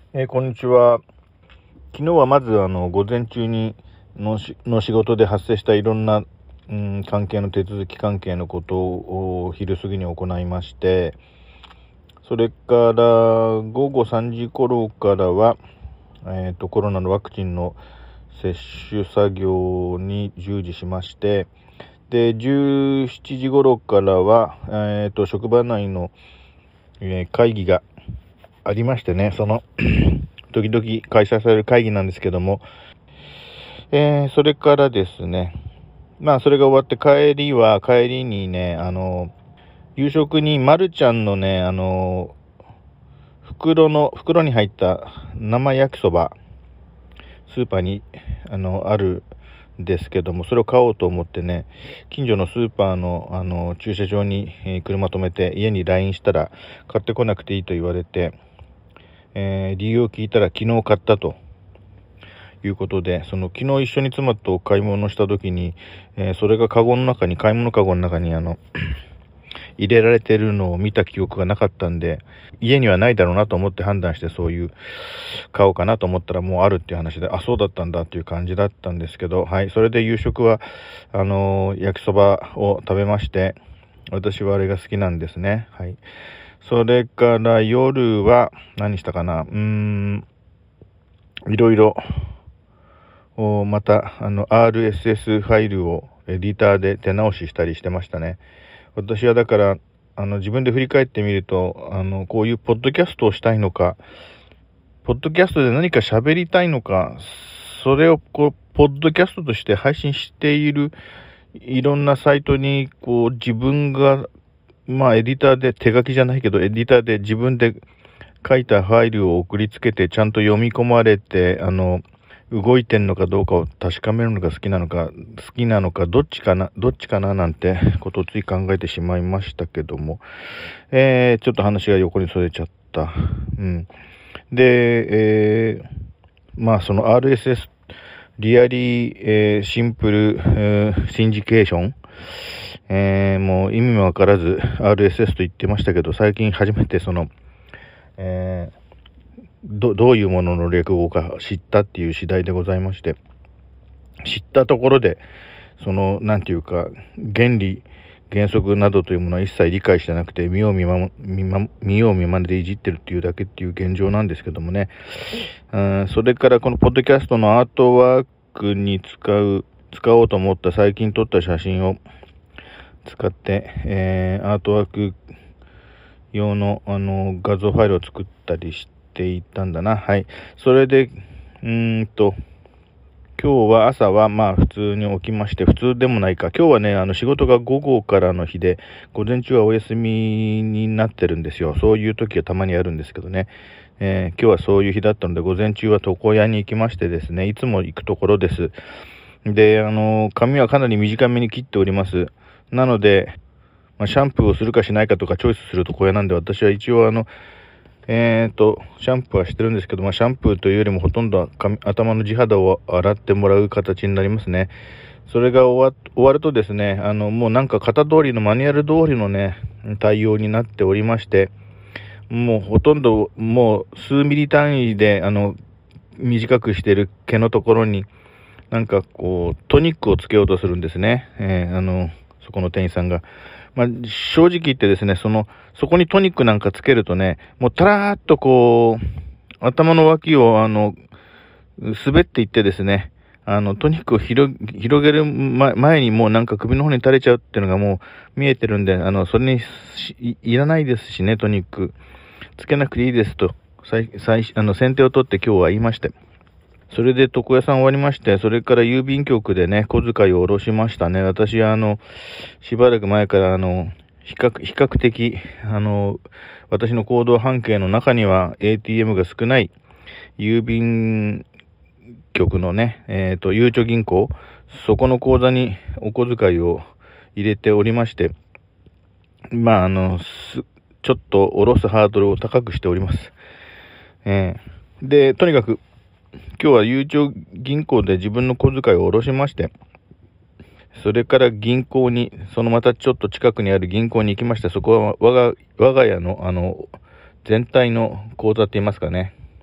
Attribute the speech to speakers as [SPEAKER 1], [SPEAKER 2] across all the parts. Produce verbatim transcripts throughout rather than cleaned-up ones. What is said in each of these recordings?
[SPEAKER 1] えーこんにちは。昨日はまずあの午前中にのしの仕事で発生したいろんな、うん、関係の手続き関係のことを昼過ぎに行いまして、それから午後さんじ頃からは、えーと、コロナのワクチンの接種作業に従事しまして、でじゅうしちじ頃からは、えーと、職場内の、えー会議がありましてね、その時々開催される会議なんですけども、えー、それからですね、まあそれが終わって帰りは帰りにね、あの夕食にまるちゃんのね、あの袋の袋に入った生焼きそば、スーパーにあのあるんですけども、それを買おうと思ってね、近所のスーパーのあの駐車場に、えー車止めて家に ライン したら、買ってこなくていいと言われて、えー理由を聞いたら昨日買ったということで、その昨日一緒に妻と買い物した時に、えーそれがカゴの中に買い物カゴの中にあの入れられてるのを見た記憶がなかったんで、家にはないだろうなと思って判断して、そういう買おうかなと思ったらもうあるっていう話で、あ、そうだったんだっていう感じだったんですけど、はい、それで夕食はあのー焼きそばを食べまして、私はあれが好きなんですね。はい。それから夜は何したかな、うーんいろいろおまたあの アールエスエス ファイルをエディターで手直ししたりしてましたね。私はだからあの自分で振り返ってみると、あのこういうポッドキャストをしたいのか、ポッドキャストで何か喋りたいのか、それをこうポッドキャストとして配信しているいろんなサイトにこう自分がまあエディターで、手書きじゃないけどエディターで自分で書いたファイルを送りつけて、ちゃんと読み込まれて、あの動いてんのかどうかを確かめるのが好きなのか、好きなのか、どっちかな、どっちかななんてことをつい考えてしまいましたけども、えー、ちょっと話が横にそれちゃった。うん。で、えー、まあその アールエスエス、リアリー、えーシンプル、えーシンジケーション、えーもう意味もわからず アールエスエス と言ってましたけど、最近初めてその、えーどどういうものの略語か知ったっていう次第でございまして、知ったところでそのなんていうか原理原則などというものは一切理解してなくて、見よう見ま見ま見よう見まねでいじってるっていうだけっていう現状なんですけどもね。うん、それからこのポッドキャストのアートワークに使う使おうと思った最近撮った写真を使って、えーアートワーク用のあの画像ファイルを作ったりしていたんだな。はい。それで、うーんと、今日は朝はまあ普通に起きまして、普通でもないか。今日はね、あの仕事が午後からの日で、午前中はお休みになってるんですよ。そういう時はたまにあるんですけどね。えー今日はそういう日だったので、午前中は床屋に行きましてですね、いつも行くところです。で、あの、髪はかなり短めに切っております。なので、まあ、シャンプーをするかしないかとかチョイスする床屋なんで、私は一応あの、えーと、シャンプーはしてるんですけど、まあ、シャンプーというよりもほとんどは髪頭の地肌を洗ってもらう形になりますね。それが終わ終わるとですね、あの、もうなんか型通りのマニュアル通りのね、対応になっておりまして、もうほとんどもう数ミリ単位で、あの、短くしてる毛のところに、なんかこう、トニックをつけようとするんですね。えーあの、そこの店員さんが。まあ、正直言ってですね、その、そこにトニックなんかつけるとね、もうたらーっとこう、頭の脇を、あの、滑っていってですね、あの、トニックを広広げる前前にもうなんか首の方に垂れちゃうっていうのがもう見えてるんで、あの、それにいいらないですしね、トニック。つけなくていいですと、最、最、あの、先手を取って今日は言いまして。それで床屋さん終わりまして、それから郵便局でね、小遣いを下ろしましたね。私はあの、しばらく前からあの、比較、比較的、あの、私の行動半径の中には エーティーエム が少ない郵便局のね、えっと、ゆうちょ銀行、そこの口座にお小遣いを入れておりまして、まあ、あの、すちょっと下ろすハードルを高くしております。えーで、とにかく、今日はゆうちょ銀行で自分の小遣いを下ろしまして、それから銀行に、そのまたちょっと近くにある銀行に行きまして、そこは我が我が家のあの全体の口座って言いますかね、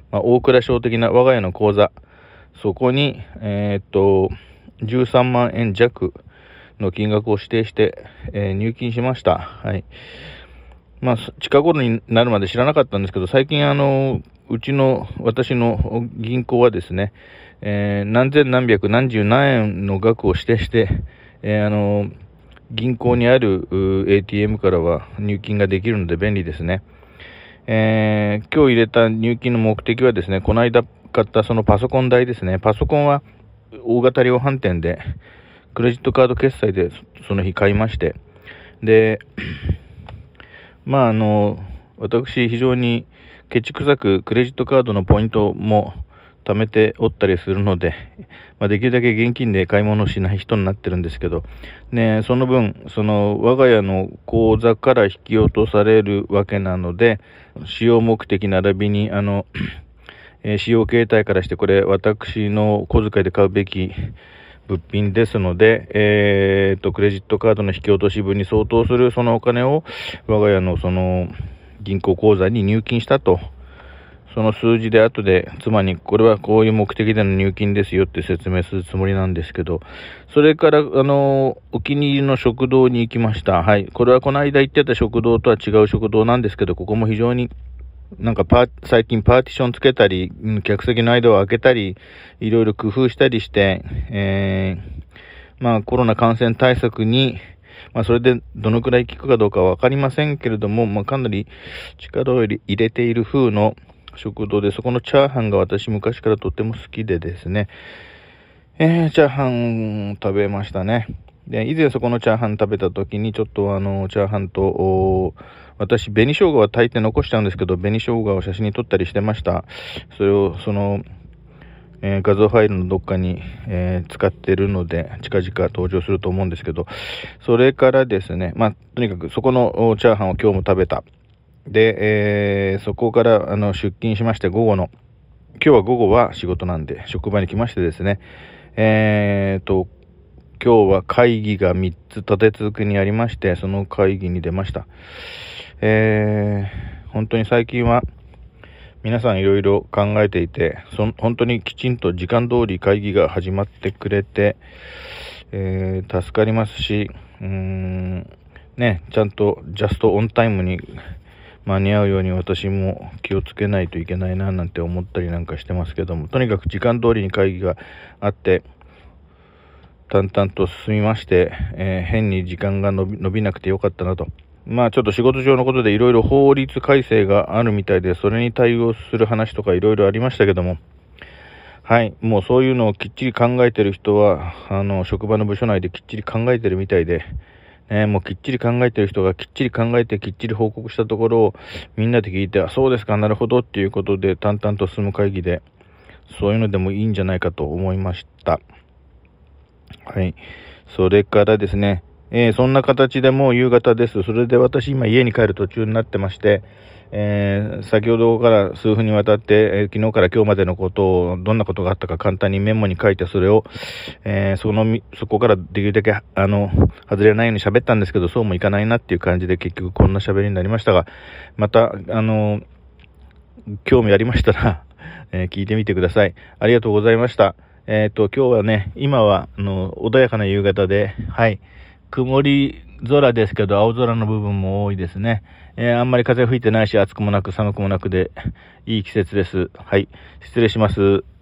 [SPEAKER 1] まあ、大蔵省的な我が家の口座、そこに、えー、っと、じゅうさんまんえん弱の金額を指定して、えー、入金しました。はい。まあ、近頃になるまで知らなかったんですけど、最近あの、うちの、私の銀行はですね、えー、何千何百何十何円の額を指定して、えー、あの、銀行にある エーティーエム からは入金ができるので便利ですね。えー、今日入れた入金の目的はですね、この間買ったそのパソコン代ですね。パソコンは大型量販店で、クレジットカード決済でその日買いまして、で、まああの、私非常にケチくさくクレジットカードのポイントも貯めておったりするので、まあ、できるだけ現金で買い物しない人になってるんですけど、ね、その分、その我が家の口座から引き落とされるわけなので、使用目的並びに、あの、えー、使用形態からしてこれ私の小遣いで買うべき物品ですので、えー、と、クレジットカードの引き落とし分に相当するそのお金を我が家のその銀行口座に入金したと。その数字で後で妻にこれはこういう目的での入金ですよって説明するつもりなんですけど、それからあのお気に入りの食堂に行きました。はい。これはこの間行ってた食堂とは違う食堂なんですけど、ここも非常になんかパー最近パーティションつけたり、客席の間を開けたり、いろいろ工夫したりして、えー、まあコロナ感染対策に、まあそれでどのくらい効くかどうかはわかりませんけれども、まあかなり力を入れている風の食堂で、そこのチャーハンが私昔からとっても好きでですね、えー、チャーハン食べましたね。で、以前そこのチャーハン食べた時にちょっとあの、チャーハンと、私、紅生姜は炊いて残しちゃうんですけど、紅生姜を写真に撮ったりしてました。それを、その、えー、画像ファイルのどっかに、えー、使ってるので、近々登場すると思うんですけど、それからですね、まあ、とにかくそこのチャーハンを今日も食べた。で、えー、そこからあの出勤しまして、午後の、今日は午後は仕事なんで、職場に来ましてですね、えーと、今日は会議がみっつ立て続けにありまして、その会議に出ました。えー、本当に最近は皆さんいろいろ考えていて、そ本当にきちんと時間通り会議が始まってくれて、えー、助かりますし、うーん、ね、ちゃんとジャストオンタイムに間に合うように私も気をつけないといけないななんて思ったりなんかしてますけども、とにかく時間通りに会議があって淡々と進みまして、えー、変に時間が伸び、伸びなくてよかったなと。まあちょっと仕事上のことでいろいろ法律改正があるみたいで、それに対応する話とかいろいろありましたけども、はい、もうそういうのをきっちり考えてる人はあの職場の部署内できっちり考えてるみたいで、ね、もうきっちり考えてる人がきっちり考えてきっちり報告したところをみんなで聞いて、あ、そうですか、なるほどっていうことで淡々と進む会議で、そういうのでもいいんじゃないかと思いました。はい。それからですね、えー、そんな形でもう夕方です。それで私今家に帰る途中になってまして、えー、先ほどから数分にわたって、えー、昨日から今日までのことを、どんなことがあったか簡単にメモに書いて、それを、えー、その、そこからできるだけ、あの、外れないように喋ったんですけど、そうもいかないなっていう感じで結局こんな喋りになりましたが、また、あの、興味ありましたら、えー、聞いてみてください。ありがとうございました。えっと、今日はね、今は、あの、穏やかな夕方で、はい、曇り空ですけど、青空の部分も多いですね。えー、あんまり風吹いてないし、暑くもなく寒くもなくで、いい季節です。はい、失礼します。